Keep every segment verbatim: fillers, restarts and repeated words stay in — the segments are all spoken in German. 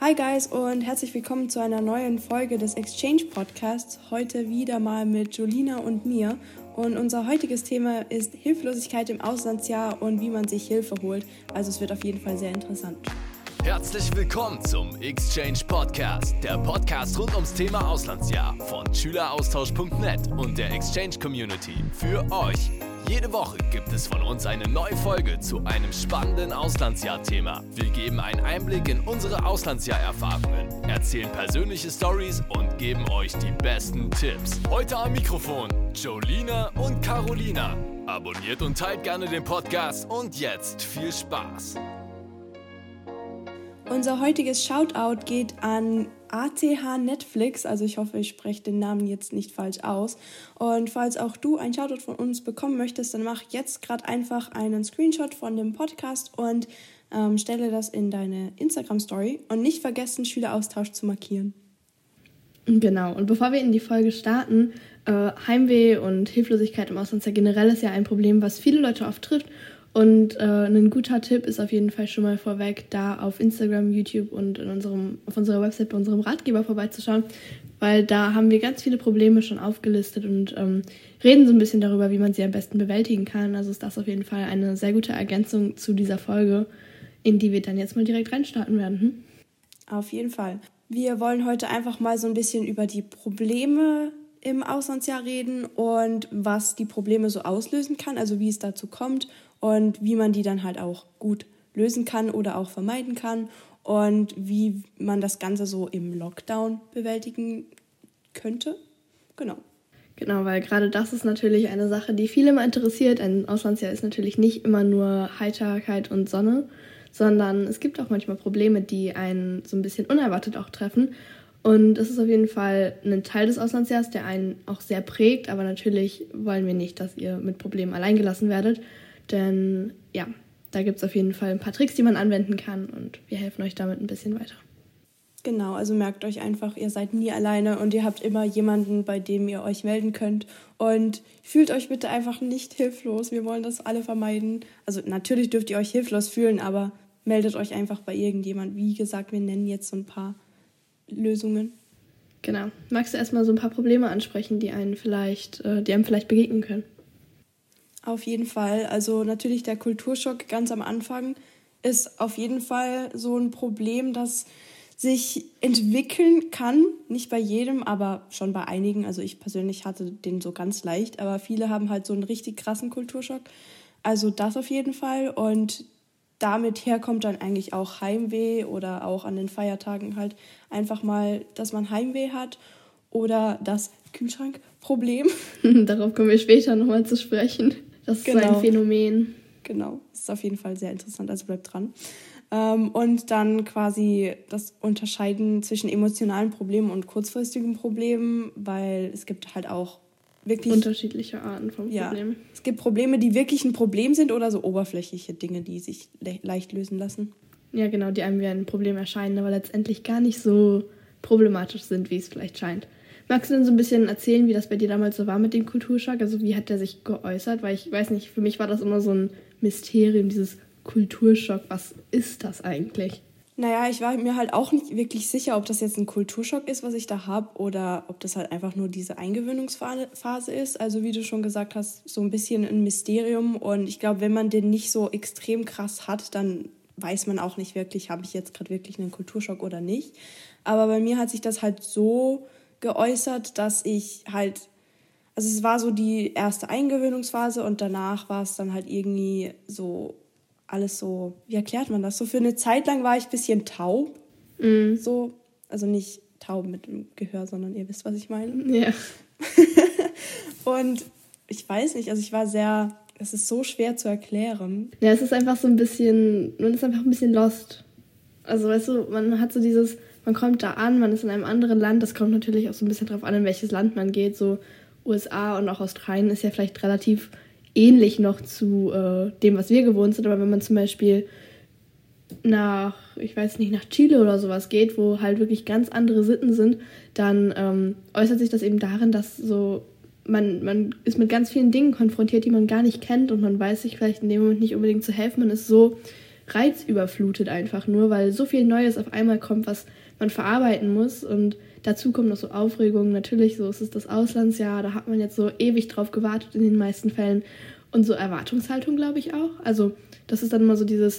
Hi Guys und herzlich willkommen zu einer neuen Folge des Exchange Podcasts. Heute wieder mal mit Jolina und mir. Und unser heutiges Thema ist Hilflosigkeit im Auslandsjahr und wie man sich Hilfe holt. Also es wird auf jeden Fall sehr interessant. Herzlich willkommen zum Exchange Podcast, der Podcast rund ums Thema Auslandsjahr von schüleraustausch punkt net und der Exchange Community für euch. Jede Woche gibt es von uns eine neue Folge zu einem spannenden Auslandsjahr-Thema. Wir geben einen Einblick in unsere Auslandsjahr-Erfahrungen, erzählen persönliche Stories und geben euch die besten Tipps. Heute am Mikrofon Jolina und Carolina. Abonniert und teilt gerne den Podcast und jetzt viel Spaß. Unser heutiges Shoutout geht an A T H Netflix, also ich hoffe, ich spreche den Namen jetzt nicht falsch aus. Und falls auch du ein Shoutout von uns bekommen möchtest, dann mach jetzt gerade einfach einen Screenshot von dem Podcast und ähm, stelle das in deine Instagram-Story und nicht vergessen, Schüleraustausch zu markieren. Genau, und bevor wir in die Folge starten, äh, Heimweh und Hilflosigkeit im Auslandsjahr generell ist ja ein Problem, was viele Leute oft trifft. Und äh, ein guter Tipp ist auf jeden Fall schon mal vorweg, da auf Instagram, YouTube und in unserem, auf unserer Website bei unserem Ratgeber vorbeizuschauen, weil da haben wir ganz viele Probleme schon aufgelistet und ähm, reden so ein bisschen darüber, wie man sie am besten bewältigen kann. Also ist das auf jeden Fall eine sehr gute Ergänzung zu dieser Folge, in die wir dann jetzt mal direkt reinstarten werden. Hm? Auf jeden Fall. Wir wollen heute einfach mal so ein bisschen über die Probleme im Auslandsjahr reden und was die Probleme so auslösen kann, also wie es dazu kommt und wie man die dann halt auch gut lösen kann oder auch vermeiden kann und wie man das Ganze so im Lockdown bewältigen könnte. Genau. Genau, weil gerade das ist natürlich eine Sache, die viele immer interessiert. Ein Auslandsjahr ist natürlich nicht immer nur Heiterkeit und Sonne, sondern es gibt auch manchmal Probleme, die einen so ein bisschen unerwartet auch treffen. Und es ist auf jeden Fall ein Teil des Auslandsjahres, der einen auch sehr prägt, aber natürlich wollen wir nicht, dass ihr mit Problemen allein gelassen werdet. Denn ja, da gibt es auf jeden Fall ein paar Tricks, die man anwenden kann und wir helfen euch damit ein bisschen weiter. Genau, also merkt euch einfach, ihr seid nie alleine und ihr habt immer jemanden, bei dem ihr euch melden könnt. Und fühlt euch bitte einfach nicht hilflos, wir wollen das alle vermeiden. Also natürlich dürft ihr euch hilflos fühlen, aber meldet euch einfach bei irgendjemand. Wie gesagt, wir nennen jetzt so ein paar Lösungen. Genau. Magst du erstmal so ein paar Probleme ansprechen, die einen vielleicht, äh, die einem vielleicht begegnen können? Auf jeden Fall. Also natürlich der Kulturschock ganz am Anfang ist auf jeden Fall so ein Problem, das sich entwickeln kann. Nicht bei jedem, aber schon bei einigen. Also ich persönlich hatte den so ganz leicht, aber viele haben halt so einen richtig krassen Kulturschock. Also das auf jeden Fall. Und damit herkommt dann eigentlich auch Heimweh oder auch an den Feiertagen halt einfach mal, dass man Heimweh hat oder das Kühlschrankproblem. Darauf kommen wir später nochmal zu sprechen. Das ist genau. So ein Phänomen. Genau, das ist auf jeden Fall sehr interessant, also bleibt dran. Ähm, und dann quasi das Unterscheiden zwischen emotionalen Problemen und kurzfristigen Problemen, weil es gibt halt auch wirklich unterschiedliche Arten von Problemen. Ja, es gibt Probleme, die wirklich ein Problem sind oder so oberflächliche Dinge, die sich le- leicht lösen lassen. Ja, genau, die einem wie ein Problem erscheinen, aber letztendlich gar nicht so problematisch sind, wie es vielleicht scheint. Magst du denn so ein bisschen erzählen, wie das bei dir damals so war mit dem Kulturschock? Also wie hat der sich geäußert? Weil ich weiß nicht, für mich war das immer so ein Mysterium, dieses Kulturschock. Was ist das eigentlich? Naja, ich war mir halt auch nicht wirklich sicher, ob das jetzt ein Kulturschock ist, was ich da habe, oder ob das halt einfach nur diese Eingewöhnungsphase ist. Also wie du schon gesagt hast, so ein bisschen ein Mysterium. Und ich glaube, wenn man den nicht so extrem krass hat, dann weiß man auch nicht wirklich, habe ich jetzt gerade wirklich einen Kulturschock oder nicht. Aber bei mir hat sich das halt so geäußert, dass ich halt, also es war so die erste Eingewöhnungsphase und danach war es dann halt irgendwie so alles so, wie erklärt man das? So für eine Zeit lang war ich ein bisschen taub, mm. so, also nicht taub mit dem Gehör, sondern ihr wisst, was ich meine. Ja. Und ich weiß nicht, also ich war sehr, es ist so schwer zu erklären. Ja, es ist einfach so ein bisschen, man ist einfach ein bisschen lost. Also weißt du, man hat so dieses, man kommt da an, man ist in einem anderen Land, das kommt natürlich auch so ein bisschen drauf an, in welches Land man geht, so U S A und auch Australien ist ja vielleicht relativ ähnlich noch zu äh, dem, was wir gewohnt sind, aber wenn man zum Beispiel nach, ich weiß nicht, nach Chile oder sowas geht, wo halt wirklich ganz andere Sitten sind, dann ähm, äußert sich das eben darin, dass so man, man ist mit ganz vielen Dingen konfrontiert, die man gar nicht kennt und man weiß sich vielleicht in dem Moment nicht unbedingt zu helfen. Man ist so reizüberflutet einfach nur, weil so viel Neues auf einmal kommt, was man verarbeiten muss. Und dazu kommt noch so Aufregung. Natürlich, so ist es das Auslandsjahr, da hat man jetzt so ewig drauf gewartet in den meisten Fällen. Und so Erwartungshaltung, glaube ich, auch. Also das ist dann immer so dieses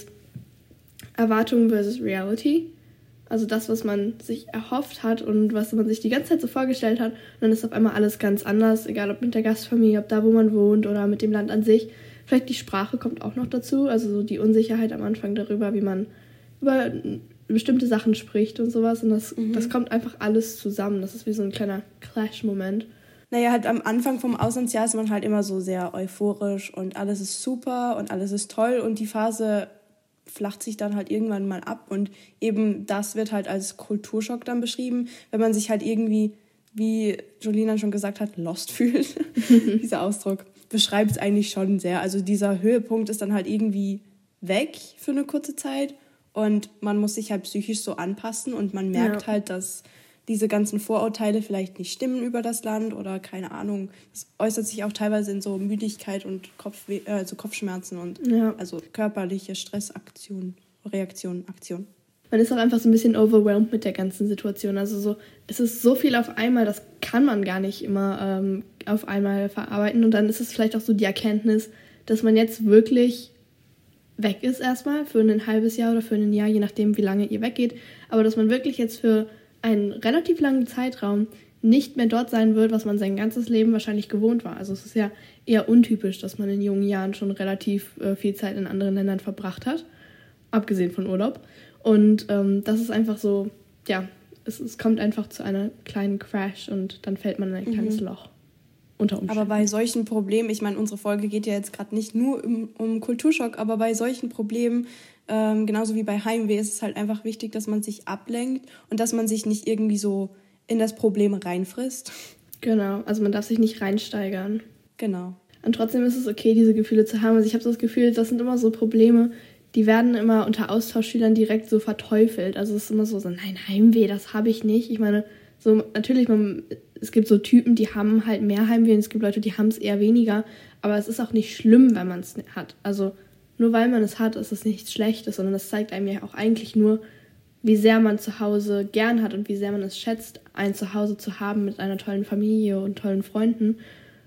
Erwartung versus Reality. Also das, was man sich erhofft hat und was man sich die ganze Zeit so vorgestellt hat. Und dann ist auf einmal alles ganz anders, egal ob mit der Gastfamilie, ob da, wo man wohnt oder mit dem Land an sich. Vielleicht die Sprache kommt auch noch dazu, also so die Unsicherheit am Anfang darüber, wie man über bestimmte Sachen spricht und sowas. Und das, mhm. das kommt einfach alles zusammen. Das ist wie so ein kleiner Clash-Moment. Naja, halt am Anfang vom Auslandsjahr ist man halt immer so sehr euphorisch und alles ist super und alles ist toll und die Phase flacht sich dann halt irgendwann mal ab und eben das wird halt als Kulturschock dann beschrieben, wenn man sich halt irgendwie, wie Jolina schon gesagt hat, lost fühlt. Dieser Ausdruck beschreibt es eigentlich schon sehr. Also dieser Höhepunkt ist dann halt irgendwie weg für eine kurze Zeit und man muss sich halt psychisch so anpassen und man merkt ja. halt, dass diese ganzen Vorurteile vielleicht nicht stimmen über das Land oder keine Ahnung. Das äußert sich auch teilweise in so Müdigkeit und Kopfweh, äh, also Kopfschmerzen und ja. also körperliche Stressaktionen, Reaktionen, Aktionen. Man ist auch einfach so ein bisschen overwhelmed mit der ganzen Situation. Also so, es ist so viel auf einmal, das kann man gar nicht immer ähm, auf einmal verarbeiten. Und dann ist es vielleicht auch so die Erkenntnis, dass man jetzt wirklich weg ist erstmal für ein halbes Jahr oder für ein Jahr, je nachdem, wie lange ihr weggeht. Aber dass man wirklich jetzt für einen relativ langen Zeitraum nicht mehr dort sein wird, was man sein ganzes Leben wahrscheinlich gewohnt war. Also es ist ja eher untypisch, dass man in jungen Jahren schon relativ äh, viel Zeit in anderen Ländern verbracht hat, abgesehen von Urlaub. Und ähm, das ist einfach so, ja, es, es kommt einfach zu einer kleinen Crash und dann fällt man in ein mhm. kleines Loch. Unter Umständen. Aber bei solchen Problemen, ich meine, unsere Folge geht ja jetzt gerade nicht nur um, um Kulturschock, aber bei solchen Problemen Ähm, genauso wie bei Heimweh ist es halt einfach wichtig, dass man sich ablenkt und dass man sich nicht irgendwie so in das Problem reinfrisst. Genau, also man darf sich nicht reinsteigern. Genau. Und trotzdem ist es okay, diese Gefühle zu haben. Also ich habe so das Gefühl, das sind immer so Probleme, die werden immer unter Austauschschülern direkt so verteufelt. Also es ist immer so, so nein, Heimweh, das habe ich nicht. Ich meine, so natürlich, man, es gibt so Typen, die haben halt mehr Heimweh und es gibt Leute, die haben es eher weniger. Aber es ist auch nicht schlimm, wenn man es hat. Also nur weil man es hat, ist es nichts Schlechtes, sondern das zeigt einem ja auch eigentlich nur, wie sehr man zu Hause gern hat und wie sehr man es schätzt, ein Zuhause zu haben mit einer tollen Familie und tollen Freunden.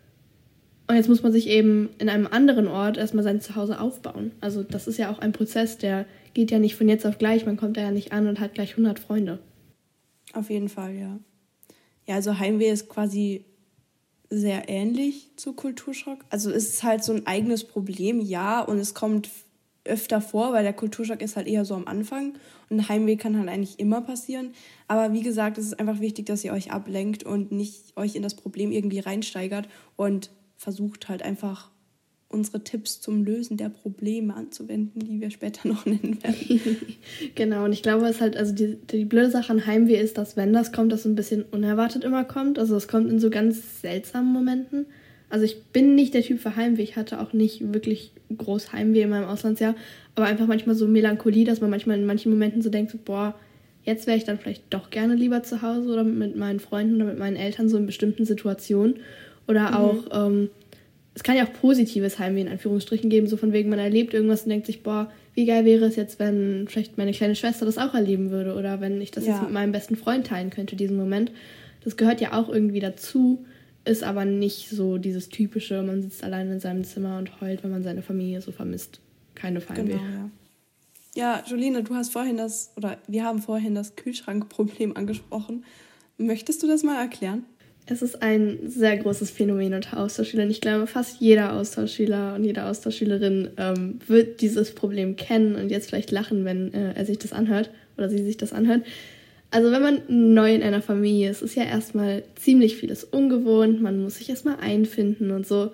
Und jetzt muss man sich eben in einem anderen Ort erstmal sein Zuhause aufbauen. Also das ist ja auch ein Prozess, der geht ja nicht von jetzt auf gleich. Man kommt da ja nicht an und hat gleich hundert Freunde. Auf jeden Fall, ja. Ja, also Heimweh ist quasi sehr ähnlich zu Kulturschock. Also es ist halt so ein eigenes Problem, ja, und es kommt öfter vor, weil der Kulturschock ist halt eher so am Anfang und Heimweh kann halt eigentlich immer passieren. Aber wie gesagt, es ist einfach wichtig, dass ihr euch ablenkt und nicht euch in das Problem irgendwie reinsteigert und versucht halt einfach unsere Tipps zum Lösen der Probleme anzuwenden, die wir später noch nennen werden. Genau, und ich glaube, es halt, also die, die blöde Sache an Heimweh ist, dass wenn das kommt, das so ein bisschen unerwartet immer kommt. Also es kommt in so ganz seltsamen Momenten. Also ich bin nicht der Typ für Heimweh. Ich hatte auch nicht wirklich groß Heimweh in meinem Auslandsjahr, aber einfach manchmal so Melancholie, dass man manchmal in manchen Momenten so denkt, so, boah, jetzt wäre ich dann vielleicht doch gerne lieber zu Hause oder mit meinen Freunden oder mit meinen Eltern so in bestimmten Situationen. Oder auch, mhm. ähm, es kann ja auch positives Heimweh in Anführungsstrichen geben, so von wegen, man erlebt irgendwas und denkt sich, boah, wie geil wäre es jetzt, wenn vielleicht meine kleine Schwester das auch erleben würde oder wenn ich das ja. jetzt mit meinem besten Freund teilen könnte, diesen Moment. Das gehört ja auch irgendwie dazu, ist aber nicht so dieses typische, man sitzt allein in seinem Zimmer und heult, wenn man seine Familie so vermisst. Keine Heimweh. Genau, ja. Ja, Jolene, du hast vorhin das, oder wir haben vorhin das Kühlschrankproblem angesprochen. Möchtest du das mal erklären? Es ist ein sehr großes Phänomen unter Austauschschülern. Ich glaube, fast jeder Austauschschüler und jede Austauschschülerin ähm, wird dieses Problem kennen und jetzt vielleicht lachen, wenn äh, er sich das anhört oder sie sich das anhört. Also wenn man neu in einer Familie ist, ist ja erstmal ziemlich vieles ungewohnt, man muss sich erstmal einfinden und so.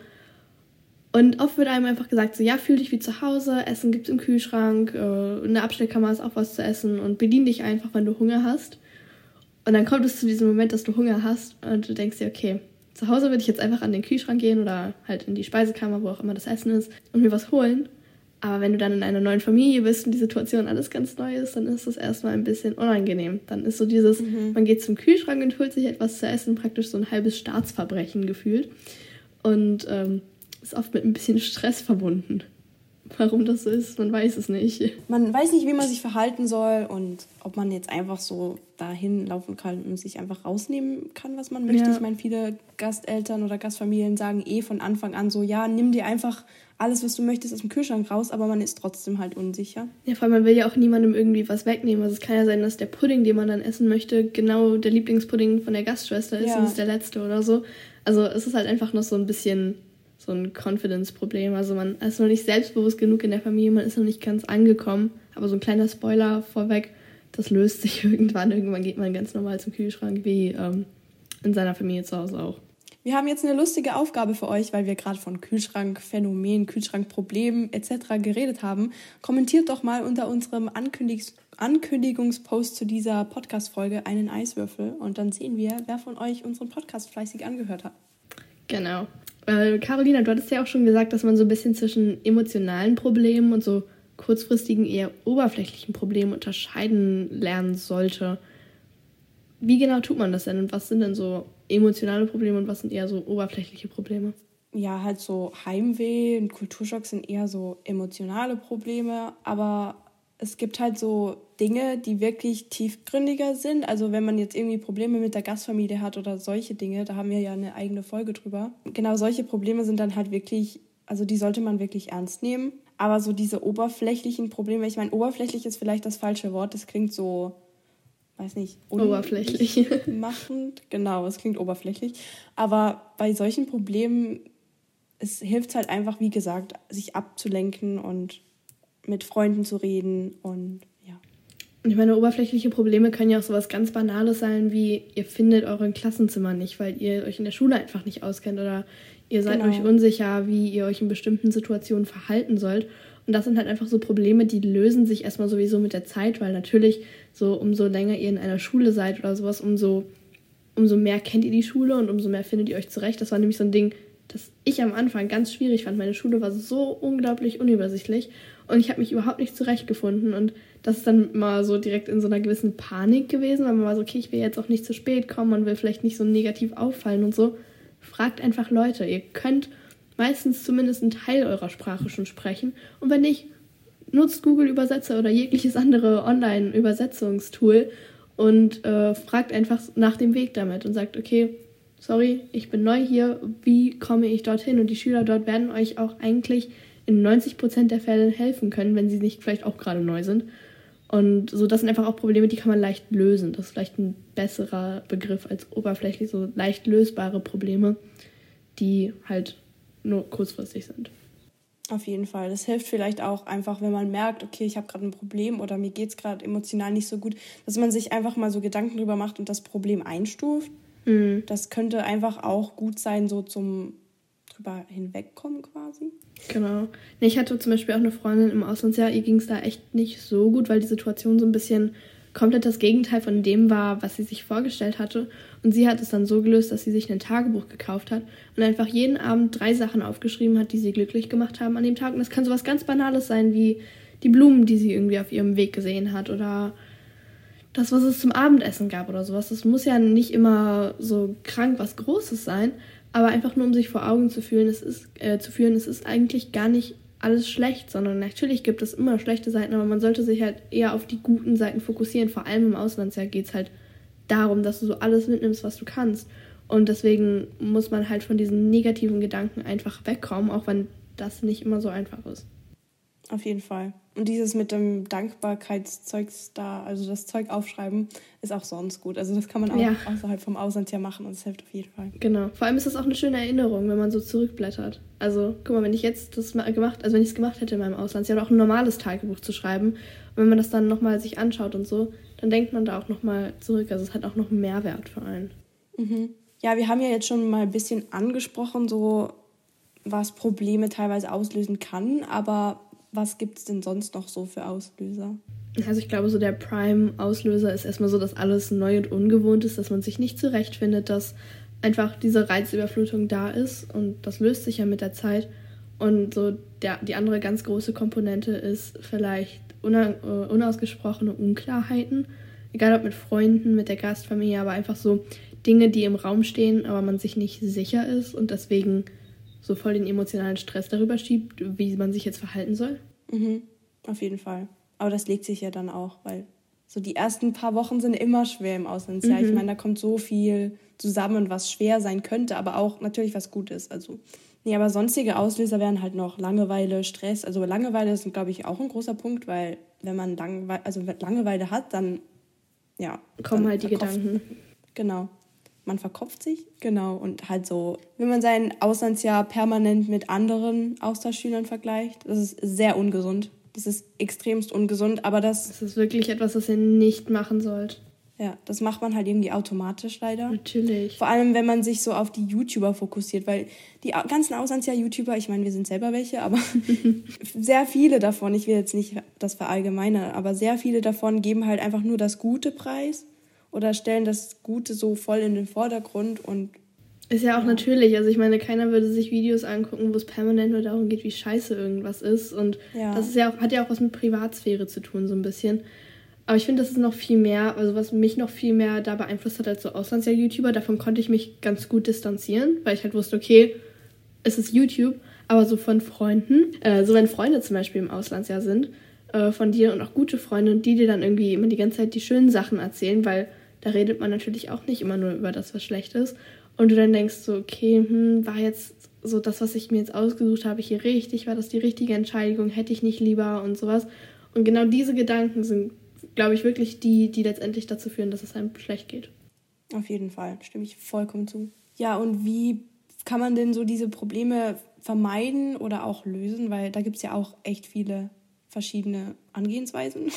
Und oft wird einem einfach gesagt, so ja, fühl dich wie zu Hause, Essen gibt's im Kühlschrank, äh, in der Abstellkammer ist auch was zu essen und bedien dich einfach, wenn du Hunger hast. Und dann kommt es zu diesem Moment, dass du Hunger hast und du denkst dir, okay, zu Hause würde ich jetzt einfach an den Kühlschrank gehen oder halt in die Speisekammer, wo auch immer das Essen ist, und mir was holen. Aber wenn du dann in einer neuen Familie bist und die Situation alles ganz neu ist, dann ist das erstmal ein bisschen unangenehm. Dann ist so dieses, mhm. man geht zum Kühlschrank und holt sich etwas zu essen, praktisch so ein halbes Staatsverbrechen gefühlt. Und ähm, ist oft mit ein bisschen Stress verbunden. warum das so ist, man weiß es nicht. Man weiß nicht, wie man sich verhalten soll und ob man jetzt einfach so dahin laufen kann und sich einfach rausnehmen kann, was man möchte. Ja. Ich meine, viele Gasteltern oder Gastfamilien sagen eh von Anfang an so, ja, nimm dir einfach alles, was du möchtest, aus dem Kühlschrank raus, aber man ist trotzdem halt unsicher. Ja, vor allem, man will ja auch niemandem irgendwie was wegnehmen. Also es kann ja sein, dass der Pudding, den man dann essen möchte, genau der Lieblingspudding von der Gastschwester ist, ja. Und es ist der letzte oder so. Also es ist halt einfach noch so ein bisschen so ein Confidence-Problem. Also man ist noch nicht selbstbewusst genug in der Familie, man ist noch nicht ganz angekommen. Aber so ein kleiner Spoiler vorweg, das löst sich irgendwann. Irgendwann geht man ganz normal zum Kühlschrank, wie ähm, in seiner Familie zu Hause auch. Wir haben jetzt eine lustige Aufgabe für euch, weil wir gerade von Kühlschrankphänomen, Kühlschrankproblemen et cetera geredet haben. Kommentiert doch mal unter unserem Ankündigungs- Ankündigungspost zu dieser Podcast-Folge einen Eiswürfel und dann sehen wir, wer von euch unseren Podcast fleißig angehört hat. Genau. Äh, Carolina, du hattest ja auch schon gesagt, dass man so ein bisschen zwischen emotionalen Problemen und so kurzfristigen, eher oberflächlichen Problemen unterscheiden lernen sollte. Wie genau tut man das denn und was sind denn so emotionale Probleme und was sind eher so oberflächliche Probleme? Ja, halt so Heimweh und Kulturschock sind eher so emotionale Probleme, aber es gibt halt so Dinge, die wirklich tiefgründiger sind. Also wenn man jetzt irgendwie Probleme mit der Gastfamilie hat oder solche Dinge, da haben wir ja eine eigene Folge drüber. Genau solche Probleme sind dann halt wirklich, also die sollte man wirklich ernst nehmen. Aber so diese oberflächlichen Probleme, ich meine, oberflächlich ist vielleicht das falsche Wort, das klingt so, weiß nicht, oberflächlich machend. Genau, es klingt oberflächlich. Aber bei solchen Problemen, es hilft halt einfach, wie gesagt, sich abzulenken und mit Freunden zu reden und ja. Und ich meine, oberflächliche Probleme können ja auch sowas ganz Banales sein, wie ihr findet euren Klassenzimmer nicht, weil ihr euch in der Schule einfach nicht auskennt oder ihr seid genau. euch unsicher, wie ihr euch in bestimmten Situationen verhalten sollt. Und das sind halt einfach so Probleme, die lösen sich erstmal sowieso mit der Zeit, weil natürlich so umso länger ihr in einer Schule seid oder sowas, umso, umso mehr kennt ihr die Schule und umso mehr findet ihr euch zurecht. Das war nämlich so ein Ding, das ich am Anfang ganz schwierig fand. Meine Schule war so unglaublich unübersichtlich und ich habe mich überhaupt nicht zurechtgefunden. Und das ist dann mal so direkt in so einer gewissen Panik gewesen, weil man war so, okay, ich will jetzt auch nicht zu spät kommen, man will vielleicht nicht so negativ auffallen und so. Fragt einfach Leute. Ihr könnt meistens zumindest einen Teil eurer Sprache schon sprechen. Und wenn nicht, nutzt Google-Übersetzer oder jegliches andere Online-Übersetzungstool und äh, fragt einfach nach dem Weg damit und sagt, okay, sorry, ich bin neu hier, wie komme ich dorthin? Und die Schüler dort werden euch auch eigentlich in neunzig Prozent der Fälle helfen können, wenn sie nicht vielleicht auch gerade neu sind. Und so, das sind einfach auch Probleme, die kann man leicht lösen. Das ist vielleicht ein besserer Begriff als oberflächlich, so leicht lösbare Probleme, die halt nur kurzfristig sind. Auf jeden Fall. Das hilft vielleicht auch einfach, wenn man merkt, okay, ich habe gerade ein Problem oder mir geht es gerade emotional nicht so gut, dass man sich einfach mal so Gedanken drüber macht und das Problem einstuft. Mhm. Das könnte einfach auch gut sein, so zum drüber hinwegkommen quasi. Genau. Nee, ich hatte zum Beispiel auch eine Freundin im Auslandsjahr, ihr ging es da echt nicht so gut, weil die Situation so ein bisschen komplett das Gegenteil von dem war, was sie sich vorgestellt hatte. Und sie hat es dann so gelöst, dass sie sich ein Tagebuch gekauft hat und einfach jeden Abend drei Sachen aufgeschrieben hat, die sie glücklich gemacht haben an dem Tag. Und das kann sowas ganz Banales sein, wie die Blumen, die sie irgendwie auf ihrem Weg gesehen hat oder das, was es zum Abendessen gab oder sowas. Das muss ja nicht immer so krank was Großes sein, aber einfach nur, um sich vor Augen zu fühlen, es ist, äh, zu führen, es ist eigentlich gar nicht alles schlecht, sondern natürlich gibt es immer schlechte Seiten, aber man sollte sich halt eher auf die guten Seiten fokussieren. Vor allem im Auslandsjahr geht es halt darum, dass du so alles mitnimmst, was du kannst. Und deswegen muss man halt von diesen negativen Gedanken einfach wegkommen, auch wenn das nicht immer so einfach ist. Auf jeden Fall. Und dieses mit dem Dankbarkeitszeugs da, also das Zeug aufschreiben, ist auch sonst gut. Also das kann man auch ja. außerhalb vom Auslandsjahr machen und es hilft auf jeden Fall. Genau. Vor allem ist das auch eine schöne Erinnerung, wenn man so zurückblättert. Also guck mal, wenn ich jetzt das mal gemacht, also wenn ich es gemacht hätte in meinem Auslandsjahr, oder auch ein normales Tagebuch zu schreiben, und wenn man das dann nochmal sich anschaut und so, dann denkt man da auch nochmal zurück. Also es hat auch noch einen Mehrwert für einen. Mhm. Ja, wir haben ja jetzt schon mal ein bisschen angesprochen, so was Probleme teilweise auslösen kann, aber was gibt es denn sonst noch so für Auslöser? Also ich glaube, so der Prime-Auslöser ist erstmal so, dass alles neu und ungewohnt ist, dass man sich nicht zurechtfindet, dass einfach diese Reizüberflutung da ist und das löst sich ja mit der Zeit. Und so der, die andere ganz große Komponente ist vielleicht una, äh, unausgesprochene Unklarheiten, egal ob mit Freunden, mit der Gastfamilie, aber einfach so Dinge, die im Raum stehen, aber man sich nicht sicher ist und deswegen so voll den emotionalen Stress darüber schiebt, wie man sich jetzt verhalten soll. Mhm, auf jeden Fall. Aber das legt sich ja dann auch, weil so die ersten paar Wochen sind immer schwer im Auslandsjahr. Mhm. Ich meine, da kommt so viel zusammen, was schwer sein könnte, aber auch natürlich was gut ist. Also, nee, aber sonstige Auslöser wären halt noch Langeweile, Stress. Also Langeweile ist, glaube ich, auch ein großer Punkt, weil wenn man Langwe- also Langeweile hat, dann ja, kommen dann halt die verkopft, Gedanken. Genau. Man verkopft sich, genau. Und halt so, wenn man sein Auslandsjahr permanent mit anderen Austauschschülern vergleicht, das ist sehr ungesund. Das ist extremst ungesund, aber das... Das ist wirklich etwas, was ihr nicht machen sollt. Ja, das macht man halt irgendwie automatisch leider. Natürlich. Vor allem, wenn man sich so auf die YouTuber fokussiert, weil die ganzen Auslandsjahr-YouTuber, ich meine, wir sind selber welche, aber sehr viele davon, ich will jetzt nicht das verallgemeinern, aber sehr viele davon geben halt einfach nur das Gute preis oder stellen das Gute so voll in den Vordergrund und... Ist ja auch ja. natürlich, also ich meine, keiner würde sich Videos angucken, wo es permanent nur darum geht, wie scheiße irgendwas ist und ja. das ist ja auch, hat ja auch was mit Privatsphäre zu tun, so ein bisschen. Aber ich finde, das ist noch viel mehr, also was mich noch viel mehr da beeinflusst hat als so Auslandsjahr-YouTuber, davon konnte ich mich ganz gut distanzieren, weil ich halt wusste, okay, es ist YouTube, aber so von Freunden, äh, so wenn Freunde zum Beispiel im Auslandsjahr sind, äh, von dir und auch gute Freunde, die dir dann irgendwie immer die ganze Zeit die schönen Sachen erzählen, weil da redet man natürlich auch nicht immer nur über das, was schlecht ist. Und du dann denkst so, okay, hm, war jetzt so das, was ich mir jetzt ausgesucht habe, hier richtig, war das die richtige Entscheidung, hätte ich nicht lieber und sowas. Und genau diese Gedanken sind, glaube ich, wirklich die, die letztendlich dazu führen, dass es einem schlecht geht. Auf jeden Fall, stimme ich vollkommen zu. Ja, und wie kann man denn so diese Probleme vermeiden oder auch lösen? Weil da gibt es ja auch echt viele verschiedene Angehensweisen.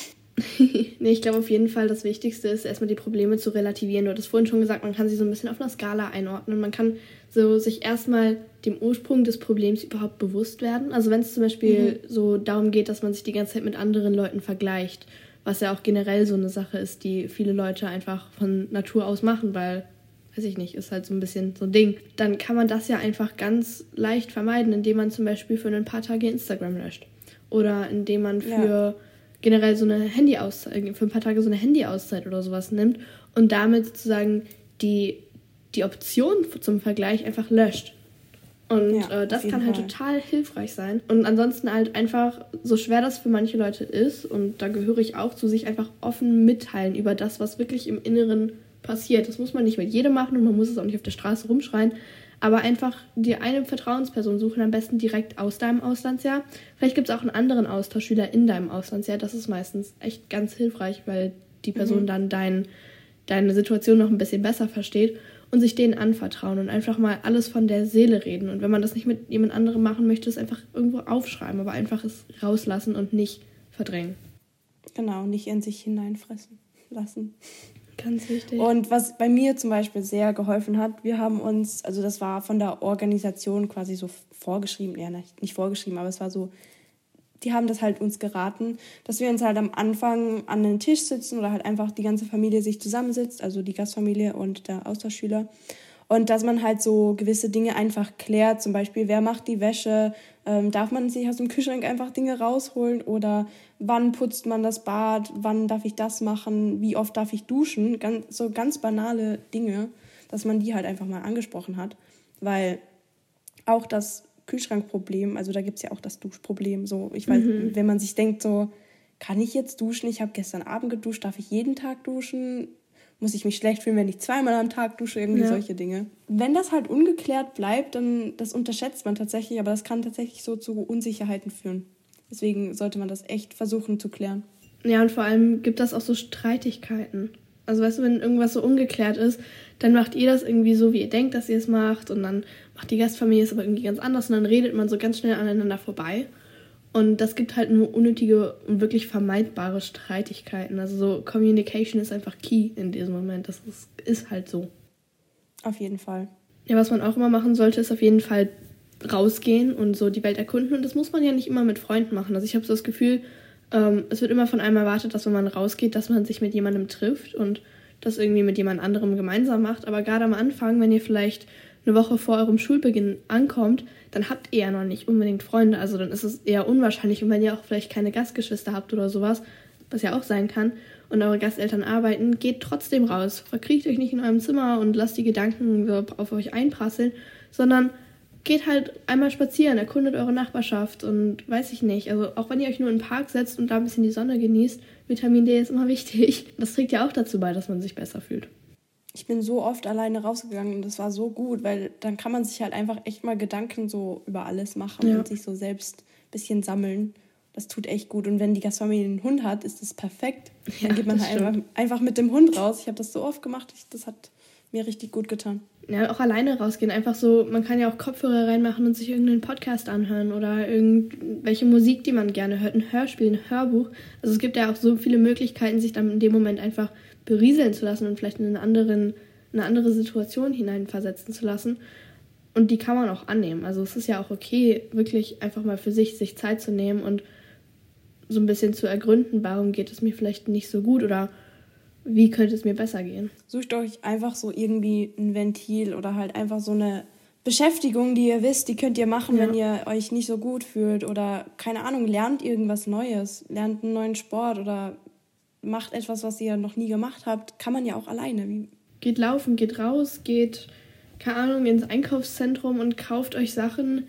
Nee, ich glaube auf jeden Fall, das Wichtigste ist, erstmal die Probleme zu relativieren. Du hattest vorhin schon gesagt, man kann sie so ein bisschen auf einer Skala einordnen. Man kann so sich erstmal dem Ursprung des Problems überhaupt bewusst werden. Also wenn es zum Beispiel mhm. so darum geht, dass man sich die ganze Zeit mit anderen Leuten vergleicht, was ja auch generell so eine Sache ist, die viele Leute einfach von Natur aus machen, weil, weiß ich nicht, ist halt so ein bisschen so ein Ding. Dann kann man das ja einfach ganz leicht vermeiden, indem man zum Beispiel für ein paar Tage Instagram löscht. Oder indem man für... Ja. generell so eine Handy-Auszeit, für ein paar Tage so eine Handy-Auszeit oder sowas nimmt und damit sozusagen die, die Option zum Vergleich einfach löscht. Und ja, äh, das kann halt Fall. total hilfreich sein. Und ansonsten halt einfach, so schwer das für manche Leute ist, und da gehöre ich auch zu, sich einfach offen mitteilen über das, was wirklich im Inneren passiert. Das muss man nicht mit jedem machen und man muss es auch nicht auf der Straße rumschreien. Aber einfach dir eine Vertrauensperson suchen, am besten direkt aus deinem Auslandsjahr. Vielleicht gibt es auch einen anderen Austauschschüler in deinem Auslandsjahr. Das ist meistens echt ganz hilfreich, weil die Person mhm. dann dein, deine Situation noch ein bisschen besser versteht und sich denen anvertrauen und einfach mal alles von der Seele reden. Und wenn man das nicht mit jemand anderem machen möchte, es einfach irgendwo aufschreiben, aber einfach es rauslassen und nicht verdrängen. Genau, nicht in sich hineinfressen lassen. Ganz wichtig. Und was bei mir zum Beispiel sehr geholfen hat, wir haben uns, also das war von der Organisation quasi so vorgeschrieben, ja nicht vorgeschrieben, aber es war so, die haben das halt uns geraten, dass wir uns halt am Anfang an den Tisch sitzen oder halt einfach die ganze Familie sich zusammensitzt, also die Gastfamilie und der Austauschschüler. Und dass man halt so gewisse Dinge einfach klärt, zum Beispiel, wer macht die Wäsche, ähm, darf man sich aus dem Kühlschrank einfach Dinge rausholen oder wann putzt man das Bad, wann darf ich das machen, wie oft darf ich duschen, ganz, so ganz banale Dinge, dass man die halt einfach mal angesprochen hat, weil auch das Kühlschrankproblem, also da gibt es ja auch das Duschproblem, so ich weiß, mhm. wenn man sich denkt so, kann ich jetzt duschen, ich habe gestern Abend geduscht, darf ich jeden Tag duschen, muss ich mich schlecht fühlen, wenn ich zweimal am Tag dusche, irgendwie ja. solche Dinge. Wenn das halt ungeklärt bleibt, dann das unterschätzt man tatsächlich, aber das kann tatsächlich so zu Unsicherheiten führen. Deswegen sollte man das echt versuchen zu klären. Ja, und vor allem gibt das auch so Streitigkeiten. Also weißt du, wenn irgendwas so ungeklärt ist, dann macht ihr das irgendwie so, wie ihr denkt, dass ihr es macht und dann macht die Gastfamilie es aber irgendwie ganz anders und dann redet man so ganz schnell aneinander vorbei. Und das gibt halt nur unnötige und wirklich vermeidbare Streitigkeiten. Also so Communication ist einfach key in diesem Moment. Das ist, ist halt so. Auf jeden Fall. Ja, was man auch immer machen sollte, ist auf jeden Fall rausgehen und so die Welt erkunden. Und das muss man ja nicht immer mit Freunden machen. Also ich habe so das Gefühl, ähm, es wird immer von einem erwartet, dass wenn man rausgeht, dass man sich mit jemandem trifft und das irgendwie mit jemand anderem gemeinsam macht. Aber gerade am Anfang, wenn ihr vielleicht eine Woche vor eurem Schulbeginn ankommt, dann habt ihr ja noch nicht unbedingt Freunde. Also dann ist es eher unwahrscheinlich. Und wenn ihr auch vielleicht keine Gastgeschwister habt oder sowas, was ja auch sein kann, und eure Gasteltern arbeiten, geht trotzdem raus. Verkriecht euch nicht in eurem Zimmer und lasst die Gedanken so auf euch einprasseln, sondern geht halt einmal spazieren, erkundet eure Nachbarschaft und weiß ich nicht. Also auch wenn ihr euch nur in den Park setzt und da ein bisschen die Sonne genießt, Vitamin D ist immer wichtig. Das trägt ja auch dazu bei, dass man sich besser fühlt. Ich bin so oft alleine rausgegangen und das war so gut, weil dann kann man sich halt einfach echt mal Gedanken so über alles machen ja. und sich so selbst ein bisschen sammeln. Das tut echt gut. Und wenn die Gastfamilie einen Hund hat, ist das perfekt. Dann ja, geht man halt einfach, einfach mit dem Hund raus. Ich habe das so oft gemacht, ich, das hat mir richtig gut getan. Ja, auch alleine rausgehen. Einfach so, man kann ja auch Kopfhörer reinmachen und sich irgendeinen Podcast anhören oder irgendwelche Musik, die man gerne hört, ein Hörspiel, ein Hörbuch. Also es gibt ja auch so viele Möglichkeiten, sich dann in dem Moment einfach berieseln zu lassen und vielleicht in eine, anderen, eine andere Situation hineinversetzen zu lassen. Und die kann man auch annehmen. Also es ist ja auch okay, wirklich einfach mal für sich sich Zeit zu nehmen und so ein bisschen zu ergründen, warum geht es mir vielleicht nicht so gut oder wie könnte es mir besser gehen. Sucht euch einfach so irgendwie ein Ventil oder halt einfach so eine Beschäftigung, die ihr wisst, die könnt ihr machen, ja. wenn ihr euch nicht so gut fühlt oder, keine Ahnung, lernt irgendwas Neues, lernt einen neuen Sport oder macht etwas, was ihr noch nie gemacht habt. Kann man ja auch alleine. Wie geht laufen, geht raus, geht, keine Ahnung, ins Einkaufszentrum und kauft euch Sachen,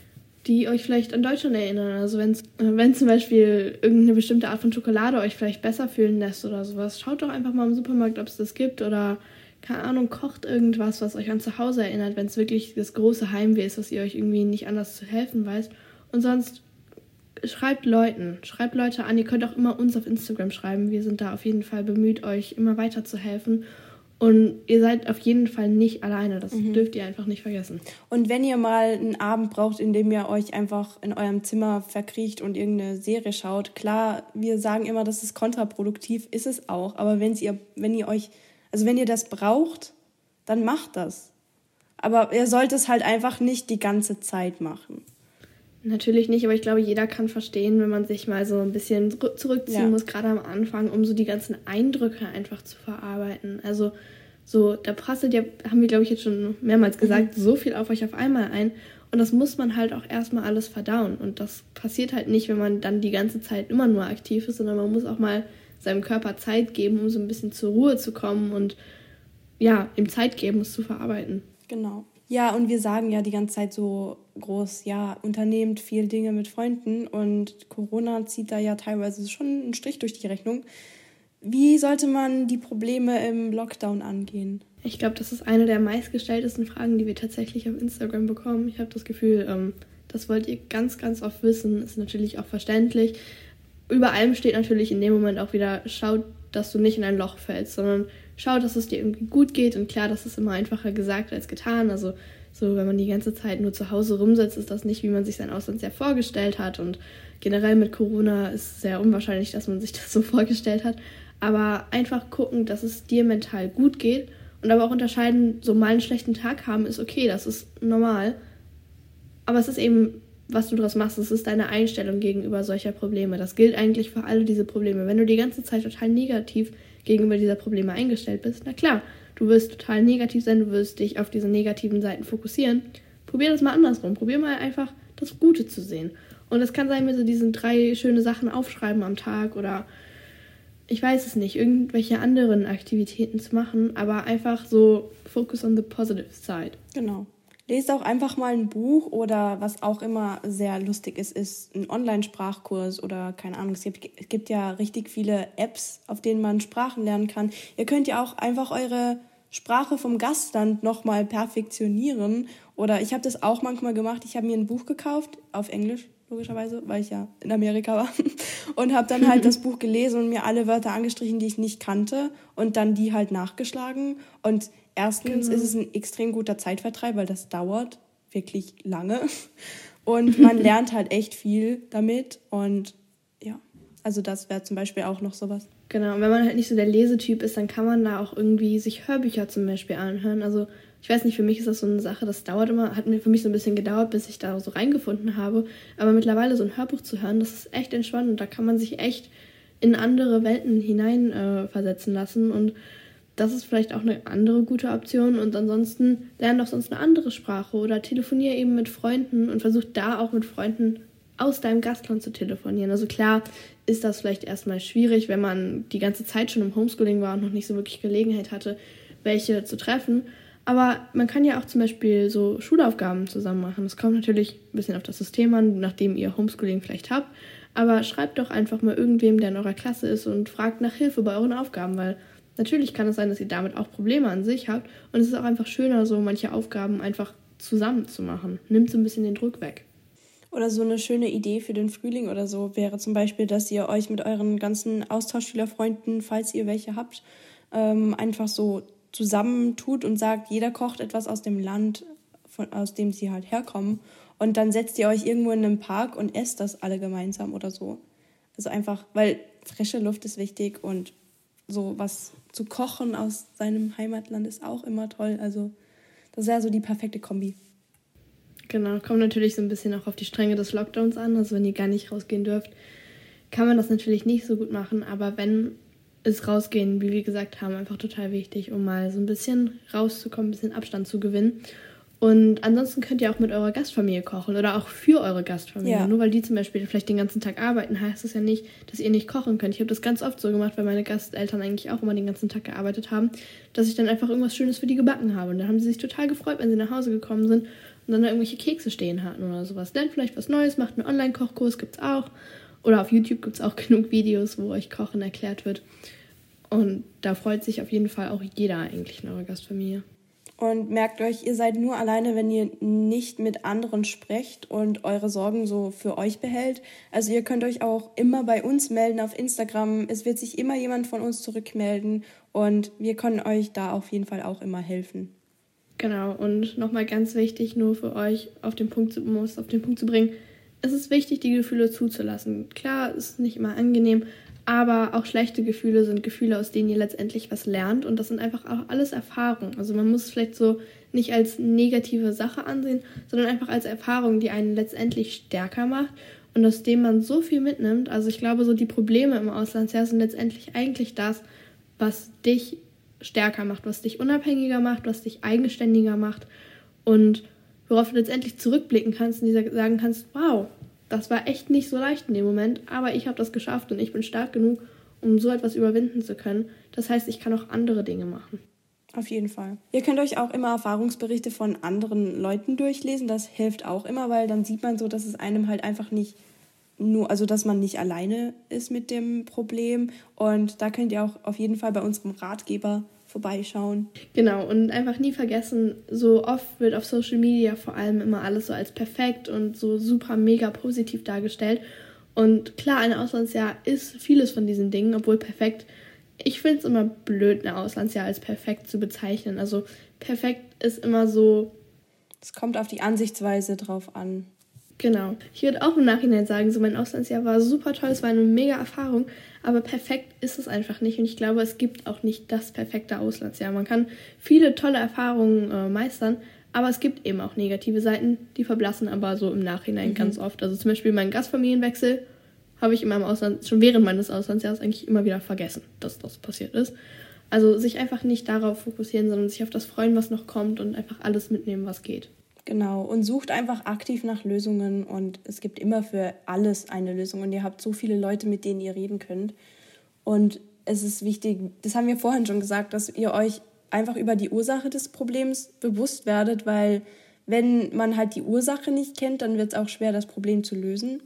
die euch vielleicht an Deutschland erinnern. Also wenn wenn zum Beispiel irgendeine bestimmte Art von Schokolade euch vielleicht besser fühlen lässt oder sowas, schaut doch einfach mal im Supermarkt, ob es das gibt oder, keine Ahnung, kocht irgendwas, was euch an zu Hause erinnert, wenn es wirklich das große Heimweh ist, was ihr euch irgendwie nicht anders zu helfen weiß. Und sonst schreibt Leuten, schreibt Leute an. Ihr könnt auch immer uns auf Instagram schreiben. Wir sind da auf jeden Fall bemüht, euch immer weiter zu helfen. Und ihr seid auf jeden Fall nicht alleine. Das mhm. dürft ihr einfach nicht vergessen. Und wenn ihr mal einen Abend braucht, in dem ihr euch einfach in eurem Zimmer verkriecht und irgendeine Serie schaut, klar, wir sagen immer, das ist kontraproduktiv, ist es auch. Aber wenn ihr, wenn ihr euch, also wenn ihr das braucht, dann macht das. Aber ihr sollt es halt einfach nicht die ganze Zeit machen. Natürlich nicht, aber ich glaube, jeder kann verstehen, wenn man sich mal so ein bisschen zurückziehen ja. muss, gerade am Anfang, um so die ganzen Eindrücke einfach zu verarbeiten. Also so, da prasselt ja, haben wir, glaube ich, jetzt schon mehrmals gesagt, mhm. so viel auf euch auf einmal ein. Und das muss man halt auch erstmal alles verdauen. Und das passiert halt nicht, wenn man dann die ganze Zeit immer nur aktiv ist, sondern man muss auch mal seinem Körper Zeit geben, um so ein bisschen zur Ruhe zu kommen und ja, ihm Zeit geben, es zu verarbeiten. Genau. Ja, und wir sagen ja die ganze Zeit so groß, ja, unternehmt viel Dinge mit Freunden und Corona zieht da ja teilweise schon einen Strich durch die Rechnung. Wie sollte man die Probleme im Lockdown angehen? Ich glaube, das ist eine der meistgestelltesten Fragen, die wir tatsächlich auf Instagram bekommen. Ich habe das Gefühl, ähm, das wollt ihr ganz, ganz oft wissen. Ist natürlich auch verständlich. Über allem steht natürlich in dem Moment auch wieder, schaut, dass du nicht in ein Loch fällst, sondern schau, dass es dir irgendwie gut geht. Und klar, das ist immer einfacher gesagt als getan. Also so, wenn man die ganze Zeit nur zu Hause rumsitzt, ist das nicht, wie man sich sein Auslandsjahr vorgestellt hat. Und generell mit Corona ist es sehr unwahrscheinlich, dass man sich das so vorgestellt hat. Aber einfach gucken, dass es dir mental gut geht. Und aber auch unterscheiden, so mal einen schlechten Tag haben ist okay, das ist normal. Aber es ist eben, was du daraus machst, es ist deine Einstellung gegenüber solcher Probleme. Das gilt eigentlich für alle diese Probleme. Wenn du die ganze Zeit total negativ gegenüber dieser Probleme eingestellt bist, na klar, du wirst total negativ sein, du wirst dich auf diese negativen Seiten fokussieren. Probier das mal andersrum. Probier mal einfach das Gute zu sehen. Und es kann sein, mit so diesen drei schöne Sachen aufschreiben am Tag oder ich weiß es nicht, irgendwelche anderen Aktivitäten zu machen, aber einfach so focus on the positive side. Genau. Lest auch einfach mal ein Buch oder was auch immer sehr lustig ist, ist ein Online-Sprachkurs oder keine Ahnung. Es gibt, es gibt ja richtig viele Apps, auf denen man Sprachen lernen kann. Ihr könnt ja auch einfach eure Sprache vom Gastland nochmal perfektionieren. Oder ich habe das auch manchmal gemacht. Ich habe mir ein Buch gekauft, auf Englisch logischerweise, weil ich ja in Amerika war. Und habe dann halt das Buch gelesen und mir alle Wörter angestrichen, die ich nicht kannte. Und dann die halt nachgeschlagen. Und erstens genau. ist es ein extrem guter Zeitvertreib, weil das dauert wirklich lange. Und man lernt halt echt viel damit. Und ja, also das wäre zum Beispiel auch noch sowas. Genau, und wenn man halt nicht so der Lesetyp ist, dann kann man da auch irgendwie sich Hörbücher zum Beispiel anhören. Also ich weiß nicht, für mich ist das so eine Sache, das dauert immer, hat mir für mich so ein bisschen gedauert, bis ich da so reingefunden habe. Aber mittlerweile so ein Hörbuch zu hören, das ist echt entspannend und da kann man sich echt in andere Welten hinein äh, versetzen lassen. Und das ist vielleicht auch eine andere gute Option. Und ansonsten lern doch sonst eine andere Sprache oder telefonier eben mit Freunden und versuch da auch mit Freunden aus deinem Gastland zu telefonieren. Also klar ist das vielleicht erstmal schwierig, wenn man die ganze Zeit schon im Homeschooling war und noch nicht so wirklich Gelegenheit hatte, welche zu treffen. Aber man kann ja auch zum Beispiel so Schulaufgaben zusammen machen. Das kommt natürlich ein bisschen auf das System an, nachdem ihr Homeschooling vielleicht habt. Aber schreibt doch einfach mal irgendwem, der in eurer Klasse ist und fragt nach Hilfe bei euren Aufgaben, weil natürlich kann es sein, dass ihr damit auch Probleme an sich habt. Und es ist auch einfach schöner, so manche Aufgaben einfach zusammen zu machen. Nimmt so ein bisschen den Druck weg. Oder so eine schöne Idee für den Frühling oder so wäre zum Beispiel, dass ihr euch mit euren ganzen Austauschschülerfreunden, falls ihr welche habt, ähm, einfach so zusammentut und sagt, jeder kocht etwas aus dem Land, von, aus dem sie halt herkommen. Und dann setzt ihr euch irgendwo in einem Park und esst das alle gemeinsam oder so. Also einfach, weil frische Luft ist wichtig und so was zu kochen aus seinem Heimatland ist auch immer toll. Also das wäre so die perfekte Kombi. Genau, kommt natürlich so ein bisschen auch auf die Strenge des Lockdowns an. Also wenn ihr gar nicht rausgehen dürft, kann man das natürlich nicht so gut machen. Aber wenn es rausgehen, wie wir gesagt haben, einfach total wichtig, um mal so ein bisschen rauszukommen, ein bisschen Abstand zu gewinnen. Und ansonsten könnt ihr auch mit eurer Gastfamilie kochen oder auch für eure Gastfamilie. Ja. Nur weil die zum Beispiel vielleicht den ganzen Tag arbeiten, heißt das ja nicht, dass ihr nicht kochen könnt. Ich habe das ganz oft so gemacht, weil meine Gasteltern eigentlich auch immer den ganzen Tag gearbeitet haben, dass ich dann einfach irgendwas Schönes für die gebacken habe. Und dann haben sie sich total gefreut, wenn sie nach Hause gekommen sind und dann da irgendwelche Kekse stehen hatten oder sowas. Lernt vielleicht was Neues, macht einen Online-Kochkurs, gibt's auch. Oder auf YouTube gibt's auch genug Videos, wo euch Kochen erklärt wird. Und da freut sich auf jeden Fall auch jeder eigentlich in eurer Gastfamilie. Und merkt euch, ihr seid nur alleine, wenn ihr nicht mit anderen sprecht und eure Sorgen so für euch behält. Also ihr könnt euch auch immer bei uns melden auf Instagram. Es wird sich immer jemand von uns zurückmelden und wir können euch da auf jeden Fall auch immer helfen. Genau, und nochmal ganz wichtig, nur für euch auf den Punkt, um es auf den Punkt zu bringen, es ist wichtig, die Gefühle zuzulassen. Klar, es ist nicht immer angenehm, aber auch schlechte Gefühle sind Gefühle, aus denen ihr letztendlich was lernt. Und das sind einfach auch alles Erfahrungen. Also man muss es vielleicht so nicht als negative Sache ansehen, sondern einfach als Erfahrung, die einen letztendlich stärker macht und aus dem man so viel mitnimmt. Also ich glaube, so die Probleme im Auslandsjahr sind letztendlich eigentlich das, was dich stärker macht, was dich unabhängiger macht, was dich eigenständiger macht und worauf du letztendlich zurückblicken kannst und dir sagen kannst, wow, das war echt nicht so leicht in dem Moment, aber ich habe das geschafft und ich bin stark genug, um so etwas überwinden zu können. Das heißt, ich kann auch andere Dinge machen. Auf jeden Fall. Ihr könnt euch auch immer Erfahrungsberichte von anderen Leuten durchlesen. Das hilft auch immer, weil dann sieht man so, dass es einem halt einfach nicht nur, also dass man nicht alleine ist mit dem Problem. Und da könnt ihr auch auf jeden Fall bei unserem Ratgeber vorbeischauen. Genau, und einfach nie vergessen, so oft wird auf Social Media vor allem immer alles so als perfekt und so super mega positiv dargestellt. Und klar, ein Auslandsjahr ist vieles von diesen Dingen, obwohl perfekt, ich finde es immer blöd, ein Auslandsjahr als perfekt zu bezeichnen. Also perfekt ist immer so... Es kommt auf die Ansichtsweise drauf an. Genau. Ich würde auch im Nachhinein sagen, so mein Auslandsjahr war super toll, es war eine mega Erfahrung, aber perfekt ist es einfach nicht und ich glaube, es gibt auch nicht das perfekte Auslandsjahr. Man kann viele tolle Erfahrungen äh, meistern, aber es gibt eben auch negative Seiten, die verblassen aber so im Nachhinein mhm. ganz oft. Also zum Beispiel meinen Gastfamilienwechsel habe ich in meinem Ausland, schon während meines Auslandsjahres eigentlich immer wieder vergessen, dass das passiert ist. Also sich einfach nicht darauf fokussieren, sondern sich auf das freuen, was noch kommt und einfach alles mitnehmen, was geht. Genau, und sucht einfach aktiv nach Lösungen und es gibt immer für alles eine Lösung und ihr habt so viele Leute, mit denen ihr reden könnt. Und es ist wichtig, das haben wir vorhin schon gesagt, dass ihr euch einfach über die Ursache des Problems bewusst werdet, weil wenn man halt die Ursache nicht kennt, dann wird es auch schwer, das Problem zu lösen.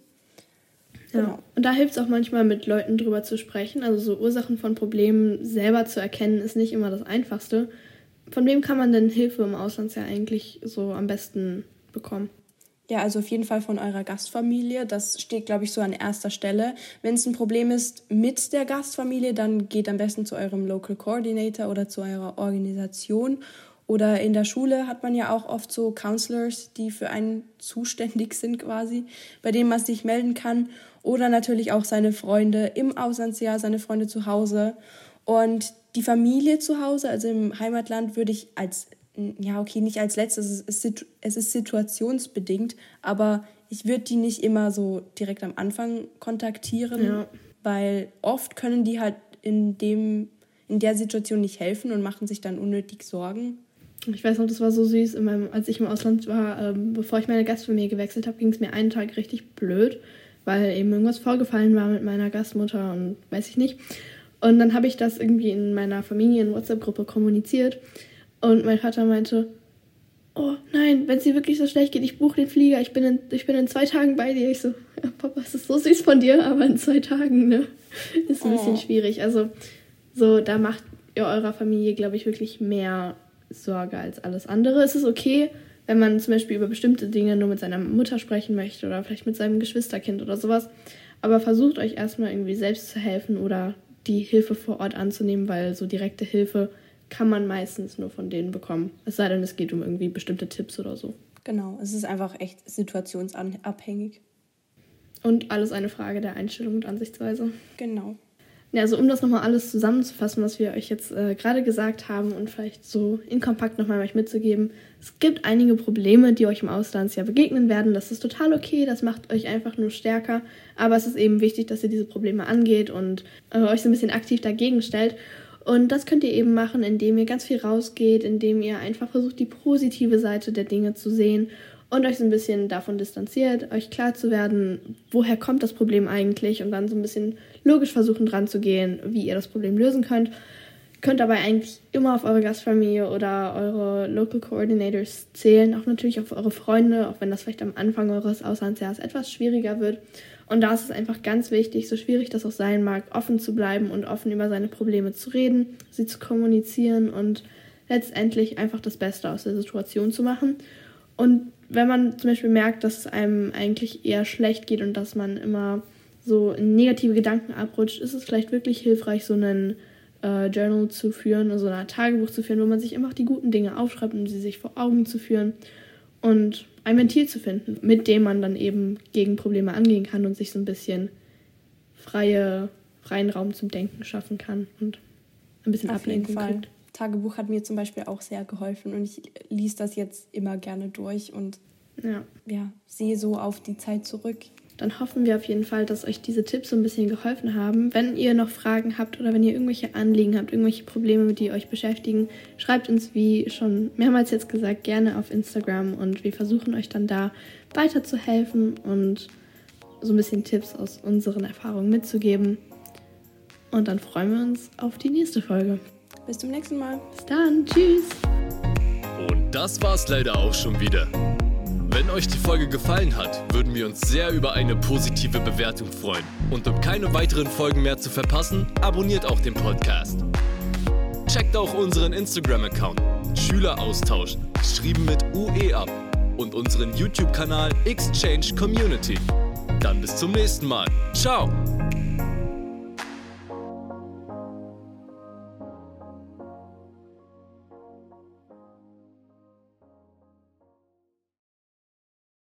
Ja. Genau. Und da hilft es auch manchmal, mit Leuten drüber zu sprechen. Also so Ursachen von Problemen selber zu erkennen, ist nicht immer das Einfachste. Von wem kann man denn Hilfe im Auslandsjahr eigentlich so am besten bekommen? Ja, also auf jeden Fall von eurer Gastfamilie. Das steht, glaube ich, so an erster Stelle. Wenn es ein Problem ist mit der Gastfamilie, dann geht am besten zu eurem Local Coordinator oder zu eurer Organisation. Oder in der Schule hat man ja auch oft so Counselors, die für einen zuständig sind quasi, bei denen man sich melden kann. Oder natürlich auch seine Freunde im Auslandsjahr, seine Freunde zu Hause. Und die Familie zu Hause, also im Heimatland, würde ich als, ja okay, nicht als letztes, es ist, es ist situationsbedingt, aber ich würde die nicht immer so direkt am Anfang kontaktieren, ja. Weil oft können die halt in dem, in der Situation nicht helfen und machen sich dann unnötig Sorgen. Ich weiß noch, das war so süß, in meinem, als ich im Ausland war, ähm, bevor ich meine Gastfamilie gewechselt habe, ging es mir einen Tag richtig blöd, weil eben irgendwas vorgefallen war mit meiner Gastmutter und weiß ich nicht. Und dann habe ich das irgendwie in meiner Familien-WhatsApp-Gruppe kommuniziert Und mein Vater meinte, oh nein, wenn es dir wirklich so schlecht geht, ich buche den Flieger, ich bin, in, ich bin in zwei Tagen bei dir. Ich so, ja, Papa, es ist so süß von dir, aber in zwei Tagen, ne, ist ein oh. bisschen schwierig. Also so, da macht ihr eurer Familie, glaube ich, wirklich mehr Sorge als alles andere. Es ist okay, wenn man zum Beispiel über bestimmte Dinge nur mit seiner Mutter sprechen möchte oder vielleicht mit seinem Geschwisterkind oder sowas. Aber versucht euch erstmal irgendwie selbst zu helfen oder die Hilfe vor Ort anzunehmen, weil so direkte Hilfe kann man meistens nur von denen bekommen. Es sei denn, es geht um irgendwie bestimmte Tipps oder so. Genau, es ist einfach echt situationsabhängig. Und alles eine Frage der Einstellung und Ansichtsweise. Genau. Ja, also um das nochmal alles zusammenzufassen, was wir euch jetzt äh, gerade gesagt haben und vielleicht so in kompakt nochmal euch mitzugeben. Es gibt einige Probleme, die euch im Auslandsjahr begegnen werden. Das ist total okay, das macht euch einfach nur stärker. Aber es ist eben wichtig, dass ihr diese Probleme angeht und äh, euch so ein bisschen aktiv dagegen stellt. Und das könnt ihr eben machen, indem ihr ganz viel rausgeht, indem ihr einfach versucht, die positive Seite der Dinge zu sehen und euch so ein bisschen davon distanziert, euch klar zu werden, woher kommt das Problem eigentlich und dann so ein bisschen logisch versuchen dran zu gehen, wie ihr das Problem lösen könnt. Könnt dabei eigentlich immer auf eure Gastfamilie oder eure Local Coordinators zählen, auch natürlich auf eure Freunde, auch wenn das vielleicht am Anfang eures Auslandsjahres etwas schwieriger wird. Und da ist es einfach ganz wichtig, so schwierig das auch sein mag, offen zu bleiben und offen über seine Probleme zu reden, sie zu kommunizieren und letztendlich einfach das Beste aus der Situation zu machen. Und wenn man zum Beispiel merkt, dass es einem eigentlich eher schlecht geht und dass man immer so in negative Gedanken abrutscht, ist es vielleicht wirklich hilfreich, so einen äh, Journal zu führen, also ein Tagebuch zu führen, wo man sich einfach die guten Dinge aufschreibt, um sie sich vor Augen zu führen und ein Ventil zu finden, mit dem man dann eben gegen Probleme angehen kann und sich so ein bisschen freie, freien Raum zum Denken schaffen kann und ein bisschen Ablenkung kriegt. Tagebuch hat mir zum Beispiel auch sehr geholfen und ich lese das jetzt immer gerne durch und ja. Ja, sehe so auf die Zeit zurück. Dann hoffen wir auf jeden Fall, dass euch diese Tipps so ein bisschen geholfen haben. Wenn ihr noch Fragen habt oder wenn ihr irgendwelche Anliegen habt, irgendwelche Probleme, die euch beschäftigen, schreibt uns, wie schon mehrmals jetzt gesagt, gerne auf Instagram und wir versuchen euch dann da weiterzuhelfen und so ein bisschen Tipps aus unseren Erfahrungen mitzugeben. Und dann freuen wir uns auf die nächste Folge. Bis zum nächsten Mal. Bis dann. Tschüss. Und das war's leider auch schon wieder. Wenn euch die Folge gefallen hat, würden wir uns sehr über eine positive Bewertung freuen. Und um keine weiteren Folgen mehr zu verpassen, abonniert auch den Podcast. Checkt auch unseren Instagram-Account Schüleraustausch, geschrieben mit U E ab, und unseren YouTube-Kanal Exchange Community. Dann bis zum nächsten Mal. Ciao!